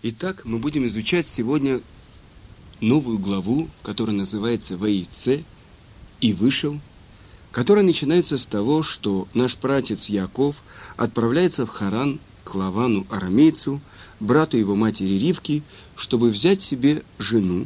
Итак, мы будем изучать сегодня новую главу, которая называется «Ваице» и «Вышел», которая начинается с того, что наш пратец Яков отправляется в Харан к Лавану арамейцу, брату его матери Ривки, чтобы взять себе жену,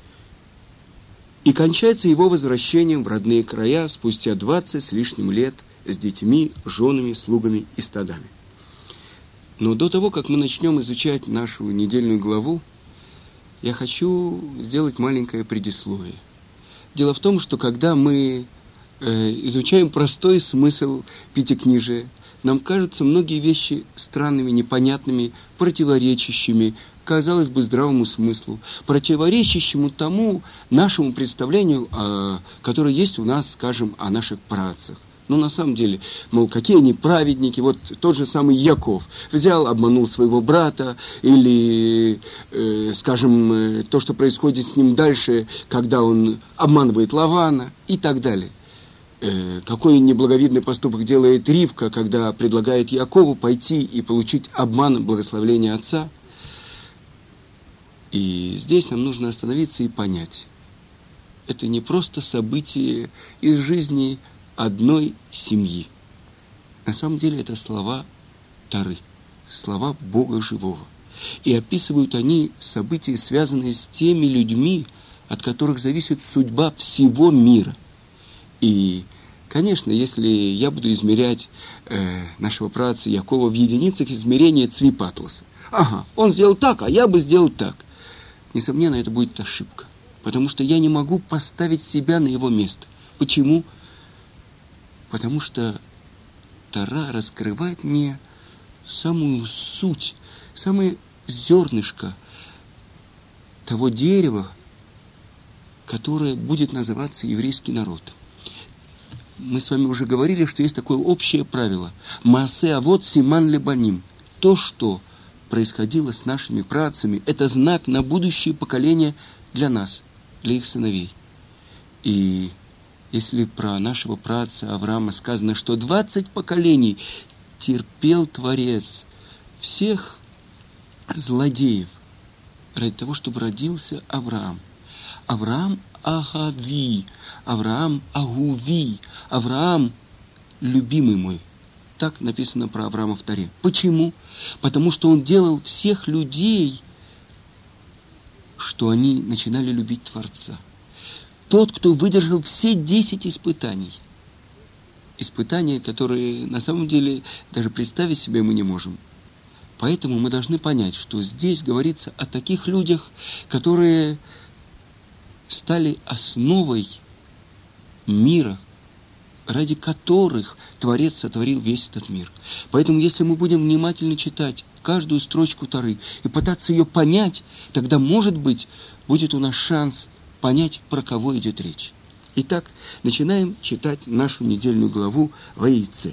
и кончается его возвращением в родные края спустя 20 с лишним лет с детьми, женами, слугами и стадами. Но до того, как мы начнем изучать нашу недельную главу, я хочу сделать маленькое предисловие. Дело в том, что когда мы изучаем простой смысл пятикнижия, нам кажутся многие вещи странными, непонятными, противоречащими, казалось бы, здравому смыслу, противоречащему тому нашему представлению, которое есть у нас, скажем, о наших працах. Но на самом деле, мол, какие они праведники, вот тот же самый Яков взял, обманул своего брата, или, скажем, то, что происходит с ним дальше, когда он обманывает Лавана и так далее. Какой неблаговидный поступок делает Ривка, когда предлагает Якову пойти и получить обманом благословения отца. И здесь нам нужно остановиться и понять. Это не просто событие из жизни одной семьи. На самом деле это слова Торы, слова Бога живого. И описывают они события, связанные с теми людьми, от которых зависит судьба всего мира. И, конечно, если я буду измерять нашего праотца Якова в единицах измерения Цвипатласа, он сделал так, а я бы сделал так. Несомненно, это будет ошибка, потому что я не могу поставить себя на его место. Почему? Потому что Тора раскрывает мне самую суть, самое зернышко того дерева, которое будет называться еврейский народ. Мы с вами уже говорили, что есть такое общее правило. Маасе авот симан лебаним. То, что происходило с нашими праотцами, это знак на будущее поколение для нас, для их сыновей. И если про нашего праотца Авраама сказано, что 20 поколений терпел Творец всех злодеев ради того, чтобы родился Авраам. Авраам Агави, Авраам Агуви, Авраам любимый мой. Так написано про Авраама в Торе. Почему? Потому что он делал всех людей, что они начинали любить Творца. Тот, кто выдержал все 10 испытаний. Испытания, которые на самом деле даже представить себе мы не можем. Поэтому мы должны понять, что здесь говорится о таких людях, которые стали основой мира, ради которых Творец сотворил весь этот мир. Поэтому, если мы будем внимательно читать каждую строчку Торы и пытаться ее понять, тогда, может быть, будет у нас шанс понять, про кого идет речь. Итак, начинаем читать нашу недельную главу Ваице.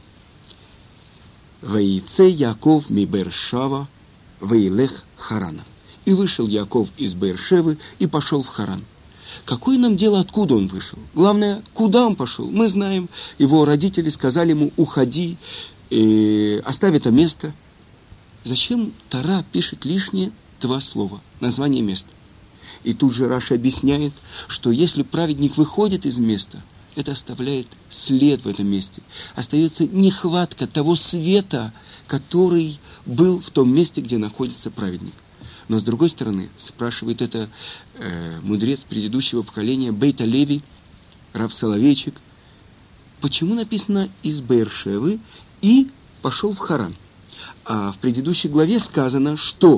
Ваице Яков ми Беэр-шава ваилех Харана. И вышел Яков из Беэр-шевы и пошел в Харан. Какое нам дело, откуда он вышел? Главное, куда он пошел? Мы знаем, его родители сказали ему: уходи, оставь это место. Зачем Тора пишет лишние 2 слова, название места? И тут же Раши объясняет, что если праведник выходит из места, это оставляет след в этом месте. Остается нехватка того света, который был в том месте, где находится праведник. Но с другой стороны, спрашивает это мудрец предыдущего поколения Бейта Леви, Рав Соловейчик, почему написано из Беэр-шевы и пошел в Харан? А в предыдущей главе сказано, что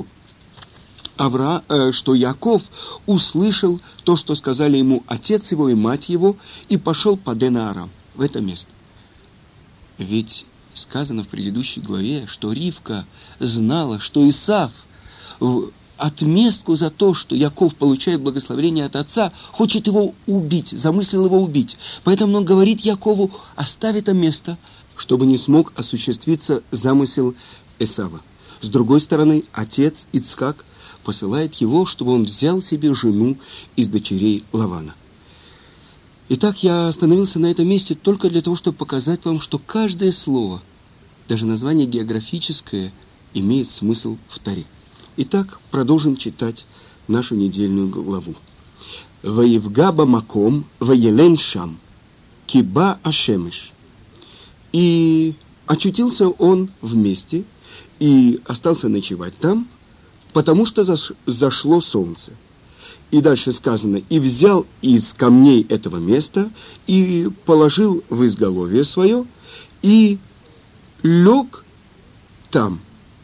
Яков услышал то, что сказали ему отец его и мать его, и пошел по Ден-Арам, в это место. Ведь сказано в предыдущей главе, что Ривка знала, что Исав в отместку за то, что Яков получает благословение от отца, хочет его убить, замыслил его убить. Поэтому он говорит Якову: оставь это место, чтобы не смог осуществиться замысел Эсава. С другой стороны, отец Ицхак посылает его, чтобы он взял себе жену из дочерей Лавана. Итак, я остановился на этом месте только для того, чтобы показать вам, что каждое слово, даже название географическое, имеет смысл в Торе. Итак, продолжим читать нашу недельную главу. «Ваевга бамаком, ваелен шам, киба ашемеш». И очутился он вместе и остался ночевать там, потому что зашло солнце. И дальше сказано: «И взял из камней этого места, и положил в изголовье свое, и лег там».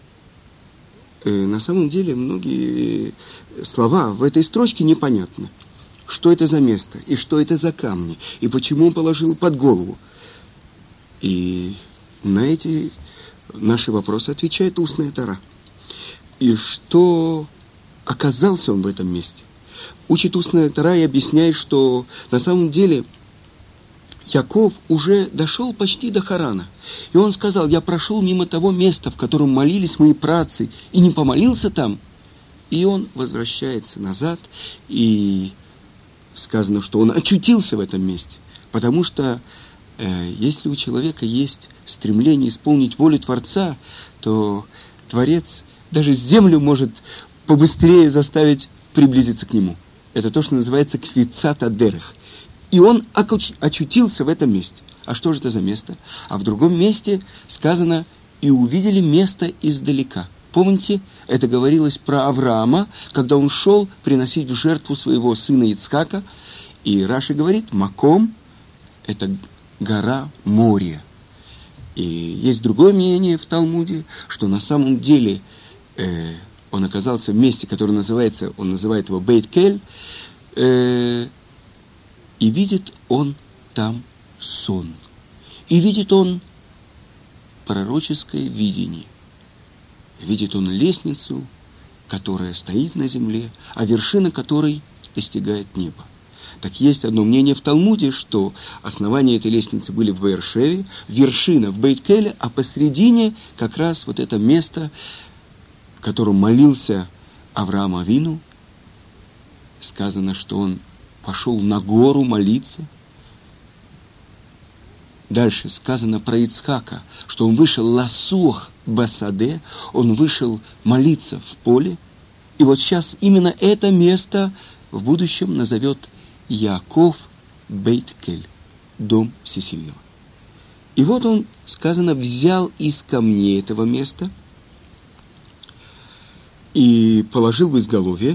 На самом деле многие слова в этой строчке непонятны. Что это за место, и что это за камни, и почему он положил под голову. И на эти наши вопросы отвечает устная Тора. И что оказался он в этом месте? Учит устная Тора и объясняет, что на самом деле Яков уже дошел почти до Харана. И он сказал: «Я прошел мимо того места, в котором молились мои праотцы, и не помолился там». И он возвращается назад, и сказано, что он очутился в этом месте. Потому что если у человека есть стремление исполнить волю Творца, то Творец даже землю может побыстрее заставить приблизиться к нему. Это то, что называется квицат адерех. И он очутился в этом месте. А что же это за место? А в другом месте сказано: «И увидели место издалека». Помните, это говорилось про Авраама, когда он шел приносить в жертву своего сына Ицхака. И Раши говорит: «Маком» — это гора Мория. И есть другое мнение в Талмуде, что на самом деле он оказался в месте, которое называется, он называет его Бейт-Кель, и видит он там сон. И видит он пророческое видение. Видит он лестницу, которая стоит на земле, а вершина которой достигает неба. Так есть одно мнение в Талмуде, что основания этой лестницы были в Беэр-Шеве, вершина в Бейт-Келе, а посредине как раз вот это место, в котором молился Авраам Авину. Сказано, что он пошел на гору молиться. Дальше сказано про Ицхака, что он вышел ласух басаде, он вышел молиться в поле. И вот сейчас именно это место в будущем назовет Яков Бейт-Кель, дом всесильного. И вот он, сказано, взял из камней этого места и положил в изголовье.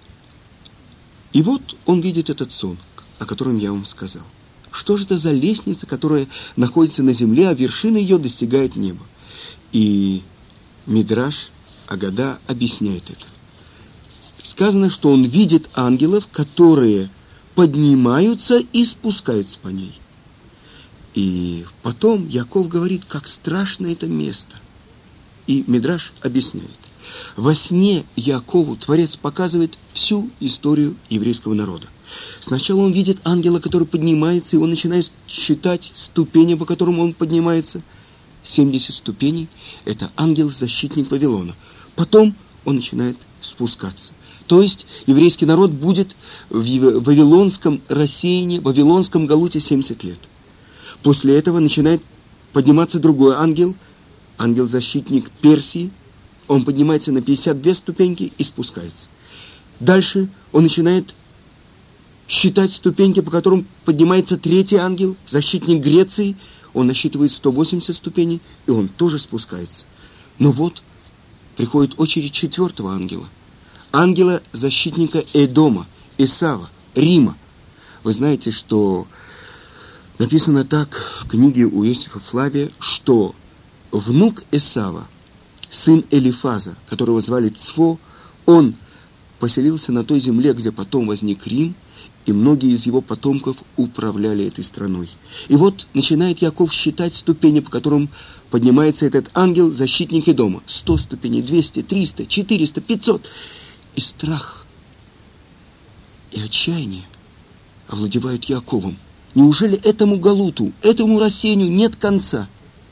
И вот он видит этот сон, о котором я вам сказал. Что же это за лестница, которая находится на земле, а вершина ее достигает неба? И Мидраш Агада объясняет это. Сказано, что он видит ангелов, которые поднимаются и спускаются по ней. И потом Яков говорит, как страшно это место. И Мидраш объясняет. Во сне Якову Творец показывает всю историю еврейского народа. Сначала он видит ангела, который поднимается, и он начинает считать ступени, по которым он поднимается. 70 ступеней – это ангел-защитник Вавилона. Потом он начинает спускаться. То есть еврейский народ будет в вавилонском рассеянии, в вавилонском галуте 70 лет. После этого начинает подниматься другой ангел, ангел-защитник Персии. Он поднимается на 52 ступеньки и спускается. Дальше он начинает считать ступеньки, по которым поднимается третий ангел, защитник Греции. Он насчитывает 180 ступеней, и он тоже спускается. Но вот приходит очередь четвертого ангела. Ангела-защитника Эдома, Исава, Рима. Вы знаете, что написано так в книге у Иосифа Флавия, что внук Исава, сын Элифаза, которого звали Цфо, он поселился на той земле, где потом возник Рим, и многие из его потомков управляли этой страной. И вот начинает Яков считать ступени, по которым поднимается этот ангел, защитник Эдома. 100 ступеней, 200, 300, 400, 500. И страх, и отчаяние овладевают Яковом. Неужели этому галуту, этому рассеянию нет конца?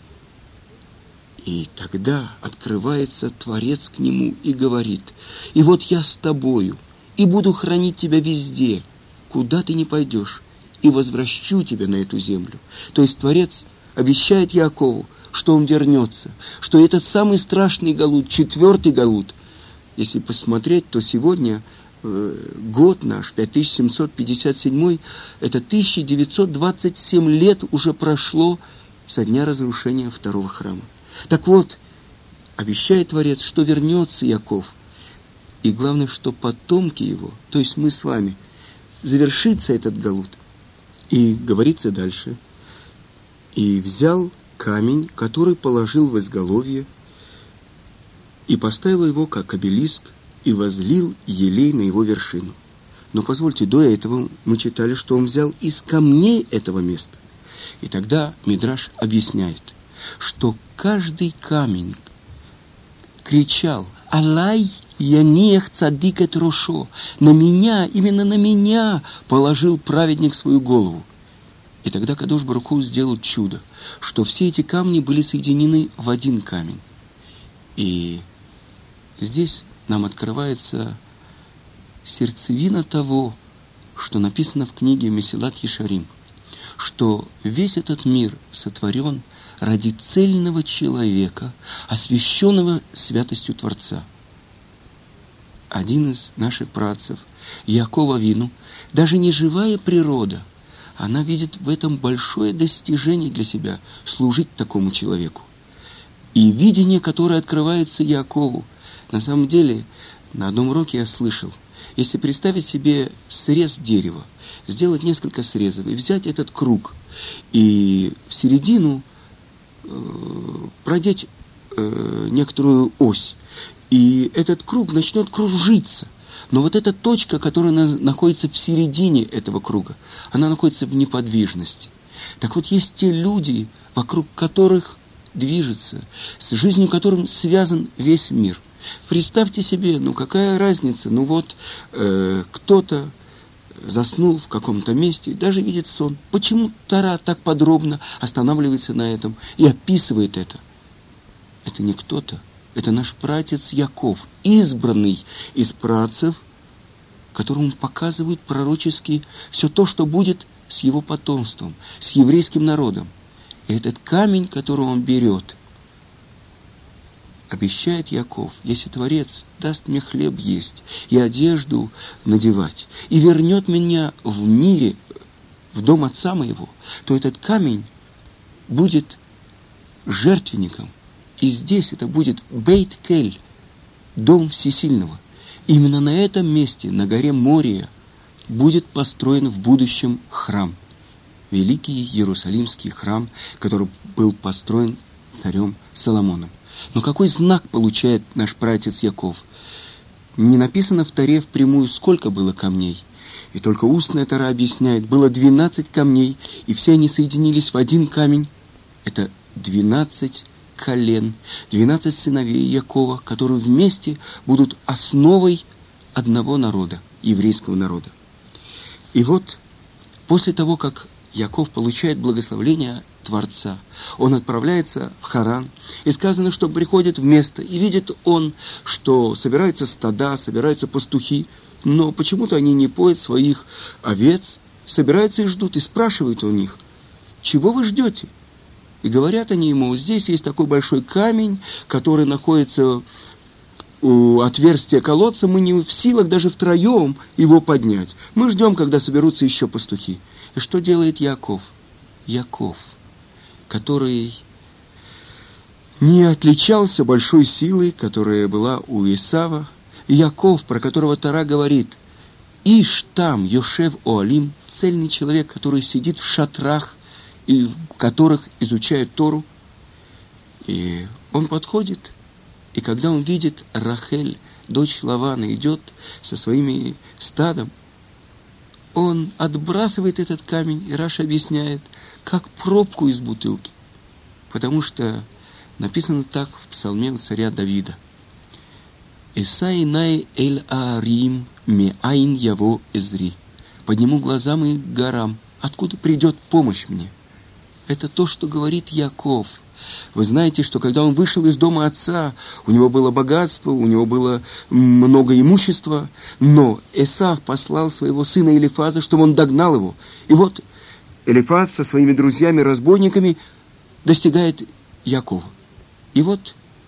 И тогда открывается Творец к нему и говорит: «И вот я с тобою, и буду хранить тебя везде, куда ты не пойдешь, и возвращу тебя на эту землю». То есть Творец обещает Якову, что он вернется, что этот самый страшный галут, четвертый галут, Если посмотреть, то сегодня год наш, 5757, это 1927 лет уже прошло со дня разрушения второго храма. Так вот, обещает Творец, что вернется Яков. И главное, что потомки его, то есть мы с вами, завершится этот галут. И говорится дальше. И взял камень, который положил в изголовье, и поставил его как обелиск, и возлил елей на его вершину. Но позвольте, до этого мы читали, что он взял из камней этого места. И тогда Мидраш объясняет, что каждый камень кричал: «Алай янех цадик эт рошо». На меня, именно на меня положил праведник свою голову. И тогда Кадош Барух Ху сделал чудо, что все эти камни были соединены в один камень. И здесь нам открывается сердцевина того, что написано в книге Месилат Ешарим, что весь этот мир сотворен ради цельного человека, освященного святостью Творца. Один из наших праотцев, Яаков Авину, даже не живая природа, она видит в этом большое достижение для себя – служить такому человеку. И видение, которое открывается Яакову, на самом деле, на одном уроке я слышал, если представить себе срез дерева, сделать несколько срезов и взять этот круг, и в середину продеть некоторую ось, и этот круг начнет кружиться. Но вот эта точка, которая находится в середине этого круга, она находится в неподвижности. Так вот, есть те люди, вокруг которых движется, с жизнью которым связан весь мир. Представьте себе, какая разница, кто-то заснул в каком-то месте и даже видит сон. Почему Тора так подробно останавливается на этом и описывает это? Это не кто-то, это наш праотец Яков, избранный из праотцев, которому показывают пророчески все то, что будет с его потомством, с еврейским народом. И этот камень, который он берет, обещает Яков: если Творец даст мне хлеб есть и одежду надевать, и вернет меня в мире, в дом отца моего, то этот камень будет жертвенником. И здесь это будет Бейт-Кель, дом Всесильного. Именно на этом месте, на горе Мория, будет построен в будущем храм. Великий Иерусалимский храм, который был построен царем Соломоном. Но какой знак получает наш праотец Яков? Не написано в Торе впрямую, сколько было камней. И только устная Тора объясняет, было 12 камней, и все они соединились в один камень. Это 12 колен, 12 сыновей Якова, которые вместе будут основой одного народа, еврейского народа. И вот, после того, как Яков получает благословение Творца, он отправляется в Харан, и сказано, что приходит в место, и видит он, что собираются стада, собираются пастухи, но почему-то они не поят своих овец, собираются и ждут, и спрашивают у них: чего вы ждете? И говорят они ему: здесь есть такой большой камень, который находится у отверстия колодца, мы не в силах даже втроем его поднять. Мы ждем, когда соберутся еще пастухи. И что делает Яков? Яков, который не отличался большой силой, которая была у Исава. Яков, про которого Тора говорит: Иш там, Йошев Оалим, цельный человек, который сидит в шатрах, и в которых изучают Тору. И он подходит, и когда он видит Рахель, дочь Лавана, идет со своими стадом, он отбрасывает этот камень, и Раши объясняет, как пробку из бутылки. Потому что написано так в псалме у царя Давида: «Эсай-най эль-аарим меайн яво эзри». «Подниму глаза мои к горам, откуда придет помощь мне?» Это то, что говорит Яков. Вы знаете, что когда он вышел из дома отца, у него было богатство, у него было много имущества, но Эсав послал своего сына Элифаза, чтобы он догнал его. И вот Элифаз со своими друзьями-разбойниками достигает Якова. И вот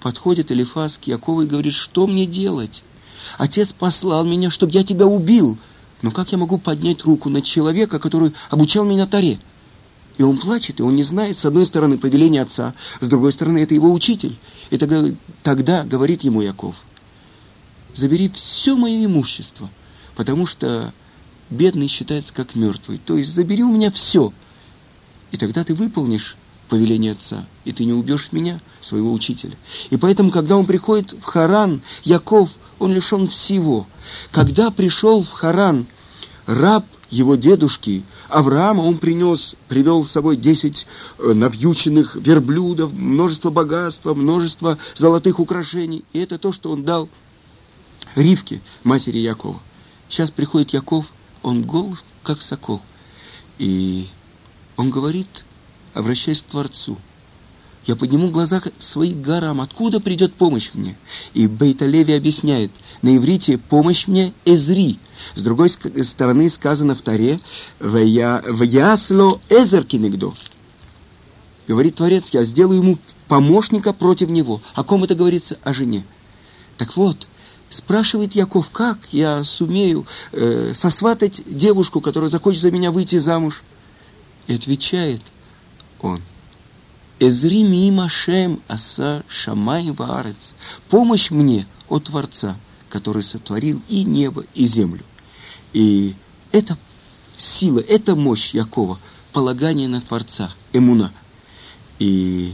подходит Элифаз к Якову и говорит: что мне делать? Отец послал меня, чтобы я тебя убил. Но как я могу поднять руку на человека, который обучал меня Торе? И он плачет, и он не знает, с одной стороны, повеление отца, с другой стороны, это его учитель. И тогда говорит ему Яков: забери все мое имущество, потому что бедный считается как мертвый. То есть забери у меня все, и тогда ты выполнишь повеление отца, и ты не убьешь меня, своего учителя. И поэтому, когда он приходит в Харан, Яков, он лишен всего. Когда пришел в Харан раб его дедушки Авраама, он привел с собой 10 навьюченных верблюдов, множество богатства, множество золотых украшений. И это то, что он дал Ривке, матери Якова. Сейчас приходит Яков, он гол, как сокол. И он говорит, обращаясь к Творцу: я подниму глаза свои к горам, откуда придет помощь мне? И Бейт Леви объясняет, на иврите помощь мне эзри. С другой стороны сказано в Торе: «Ваясло эзер кинегдо». Говорит Творец: я сделаю ему помощника против него. О ком это говорится? О жене. Так вот, спрашивает Яков: как я сумею сосватать девушку, которая захочет за меня выйти замуж? И отвечает он: «Эзри миим Ашем аса шамай ваарец». Помощь мне от Творца, который сотворил и небо, и землю. И это сила, это мощь Якова, полагание на Творца, эмуна. И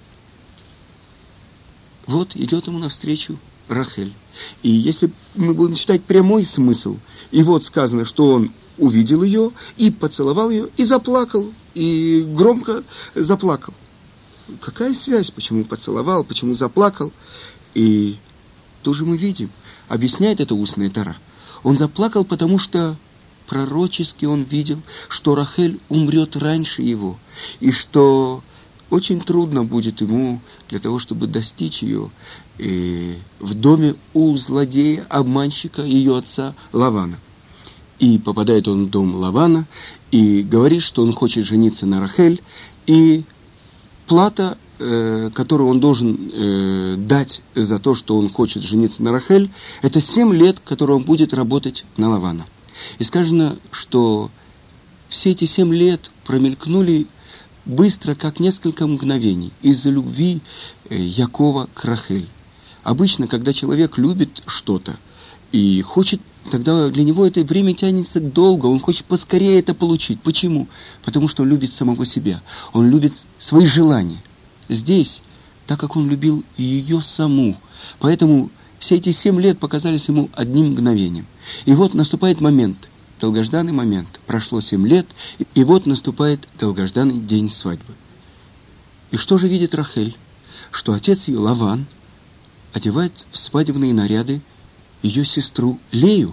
вот идет ему навстречу Рахель. И если мы будем читать прямой смысл, и вот сказано, что он увидел ее, и поцеловал ее, и заплакал, и громко заплакал. Какая связь? Почему поцеловал, почему заплакал? И тоже мы видим, объясняет это устная Тора. Он заплакал, потому что пророчески он видел, что Рахель умрет раньше его, и что очень трудно будет ему для того, чтобы достичь ее в доме у злодея, обманщика, ее отца Лавана. И попадает он в дом Лавана, и говорит, что он хочет жениться на Рахель, и плата, которую он должен дать за то, что он хочет жениться на Рахель, это 7 лет, которые он будет работать на Лавана. И сказано, что все эти 7 лет промелькнули быстро, как несколько мгновений, из-за любви Якова к Рахель. Обычно, когда человек любит что-то и хочет, тогда для него это время тянется долго, он хочет поскорее это получить. Почему? Потому что он любит самого себя, он любит свои желания. Здесь, так как он любил ее саму, поэтому все эти 7 лет показались ему одним мгновением. И вот наступает момент, долгожданный момент. Прошло 7 лет, и вот наступает долгожданный день свадьбы. И что же видит Рахель? Что отец ее, Лаван, одевает в свадебные наряды ее сестру Лею.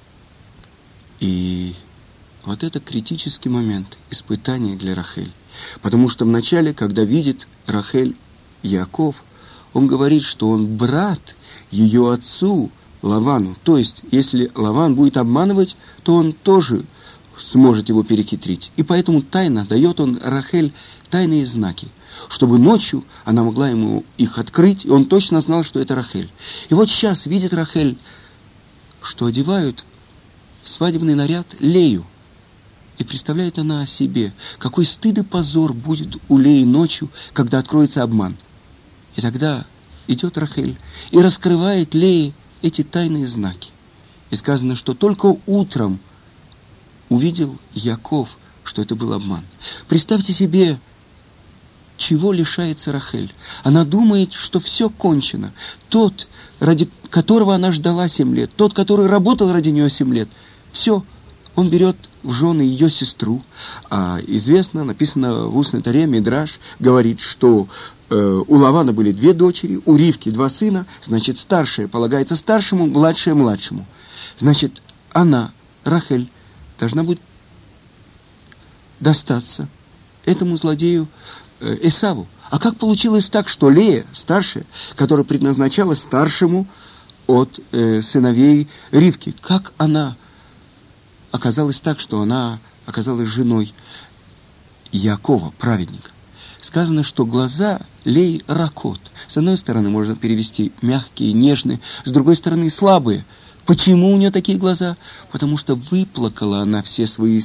И вот это критический момент, испытание для Рахель. Потому что вначале, когда видит Рахель Яков, он говорит, что он брат ее отцу Лавану. То есть, если Лаван будет обманывать, то он тоже сможет его перехитрить. И поэтому тайно дает он Рахель тайные знаки, чтобы ночью она могла ему их открыть, и он точно знал, что это Рахель. И вот сейчас видит Рахель, что одевают в свадебный наряд Лею. И представляет она о себе, какой стыд и позор будет у Леи ночью, когда откроется обман. И тогда идет Рахель и раскрывает Лее эти тайные знаки. И сказано, что только утром увидел Яков, что это был обман. Представьте себе, чего лишается Рахель. Она думает, что все кончено. Тот, ради которого она ждала 7 лет, тот, который работал ради нее 7 лет, все, он берет в жены ее сестру. А известно, написано в устной Торе, Мидраш говорит, что у Лавана были 2 дочери, у Ривки 2 сына, значит, старшая полагается старшему, младшая младшему. Значит, она, Рахель, должна будет достаться этому злодею Эсаву. А как получилось так, что Лея, старшая, которая предназначалась старшему от сыновей Ривки, как она оказалось так, что она оказалась женой Якова, праведника? сказано, что глаза Леи ракот. С одной стороны, можно перевести мягкие, нежные, с другой стороны, слабые. Почему у нее такие глаза? Потому что выплакала она все свои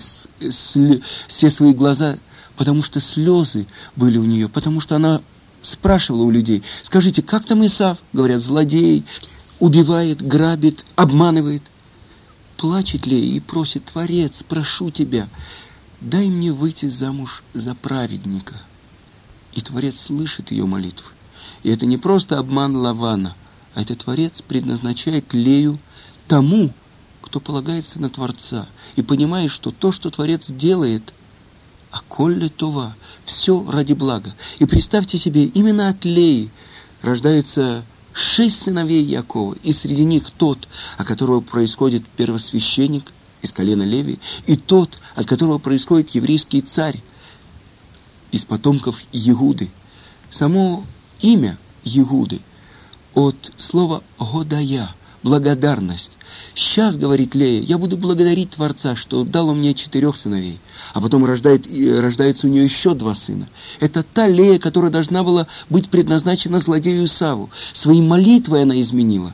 глаза, потому что слезы были у нее, потому что она спрашивала у людей: скажите, как там Исав? Говорят, злодей, убивает, грабит, обманывает. Плачет Лея и просит: Творец, прошу тебя, дай мне выйти замуж за праведника. И Творец слышит ее молитвы. И это не просто обман Лавана, а это Творец предназначает Лею тому, кто полагается на Творца, и понимает, что то, что Творец делает, аколь това, все ради блага. И представьте себе, именно от Леи рождаются 6 сыновей Якова, и среди них тот, от которого происходит первосвященник из колена Леви, и тот, от которого происходит еврейский царь из потомков Иуды. Само имя Иуды от слова «годая», благодарность. Сейчас, говорит Лея, я буду благодарить Творца, что дал он мне 4 сыновей, а потом рождается у нее еще 2 сына. Это та Лея, которая должна была быть предназначена злодею Исаву. Своей молитвой она изменила.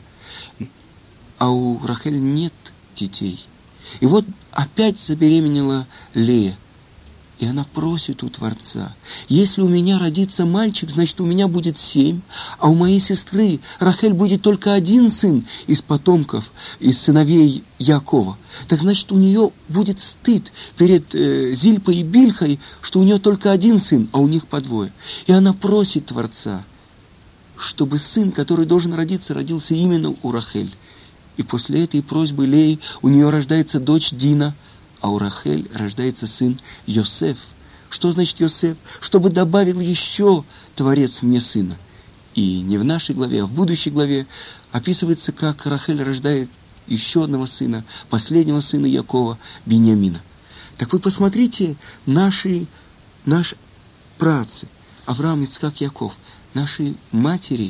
А у Рахель нет детей. И вот опять забеременела Лея. И она просит у Творца: если у меня родится мальчик, значит, у меня будет 7, а у моей сестры Рахель будет только 1 сын из потомков, из сыновей Якова. Так значит, у нее будет стыд перед Зильпой и Бильхой, что у нее только 1 сын, а у них по 2. И она просит Творца, чтобы сын, который должен родиться, родился именно у Рахель. И после этой просьбы Леи у нее рождается дочь Дина, а у Рахель рождается сын Йосеф. Что значит Йосеф? Чтобы добавил еще Творец мне сына. И не в нашей главе, а в будущей главе описывается, как Рахель рождает еще одного сына, последнего сына Якова, Биньямина. Так вы посмотрите, наши праотцы, Авраам, Ицхак, Яков, наши матери,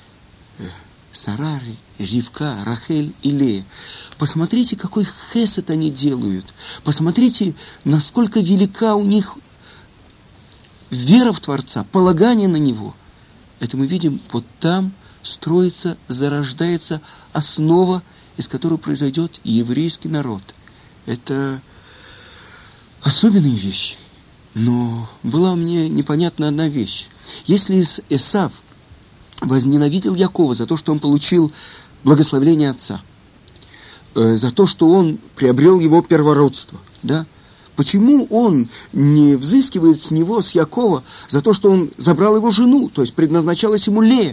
Сарари, Ривка, Рахель и Лея. Посмотрите, какой хесед они делают. Посмотрите, насколько велика у них вера в Творца, полагание на Него. Это мы видим, вот там строится, зарождается основа, из которой произойдет еврейский народ. Это особенные вещи. Но была мне непонятна одна вещь. Если Эсав возненавидел Якова за то, что он получил благословение отца, за то, что он приобрел его первородство, да? Почему он не взыскивает с него, с Якова, за то, что он забрал его жену, то есть предназначалась ему Лея?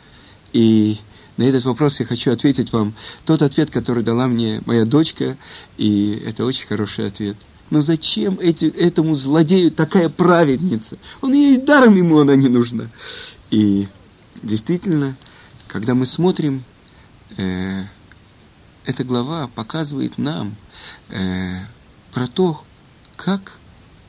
И на этот вопрос я хочу ответить вам тот ответ, который дала мне моя дочка, и это очень хороший ответ. Но зачем этому злодею такая праведница? Он ей даром, ему она не нужна. И действительно, когда мы смотрим, эта глава показывает нам про то, как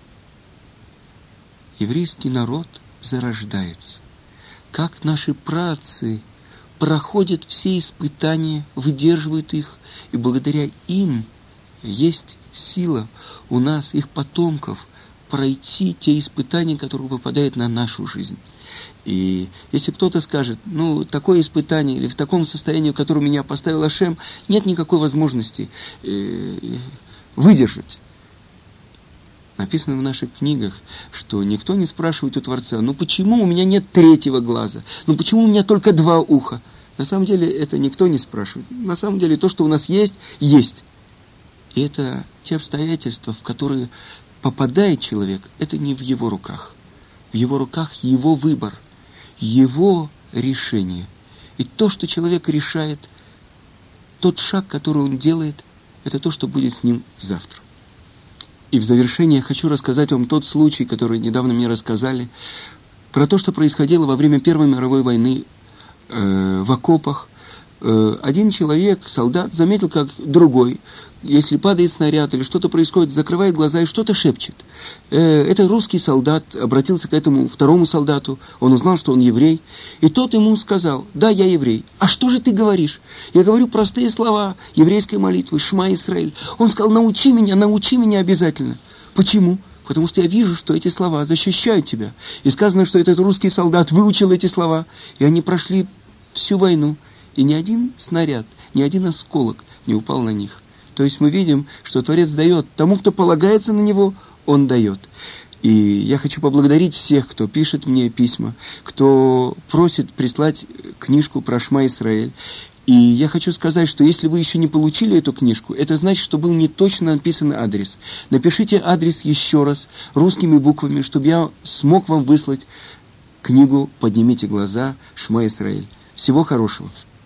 еврейский народ зарождается, как наши праотцы проходят все испытания, выдерживают их, и благодаря им есть сила у нас, их потомков, пройти те испытания, которые выпадают на нашу жизнь. И если кто-то скажет: ну, такое испытание, или в таком состоянии, в котором меня поставил Ашем, нет никакой возможности выдержать. Написано в наших книгах, что никто не спрашивает у Творца: ну почему у меня нет 3-го глаза? Ну почему у меня только 2 уха? На самом деле это никто не спрашивает. На самом деле то, что у нас есть, есть. И это те обстоятельства, в которые попадает человек, это не в его руках. В его руках его выбор, его решение. И то, что человек решает, тот шаг, который он делает, это то, что будет с ним завтра. И в завершение я хочу рассказать вам тот случай, который недавно мне рассказали, про то, что происходило во время Первой мировой войны в окопах. Один человек, солдат, заметил, как другой, если падает снаряд или что-то происходит, закрывает глаза и что-то шепчет. Это русский солдат обратился к этому второму солдату, он узнал, что он еврей, и тот ему сказал: да, я еврей. А что же ты говоришь? Я говорю простые слова еврейской молитвы, Шма Исраэль. Он сказал: научи меня обязательно. Почему? Потому что я вижу, что эти слова защищают тебя. И сказано, что этот русский солдат выучил эти слова, и они прошли всю войну, и ни один снаряд, ни один осколок не упал на них. То есть мы видим, что Творец дает тому, кто полагается на Него, Он дает. И я хочу поблагодарить всех, кто пишет мне письма, кто просит прислать книжку про Шма Исраэль. И я хочу сказать, что если вы еще не получили эту книжку, это значит, что был не точно написан адрес. Напишите адрес еще раз, русскими буквами, чтобы я смог вам выслать книгу «Поднимите глаза. Шма Исраэль». Всего хорошего.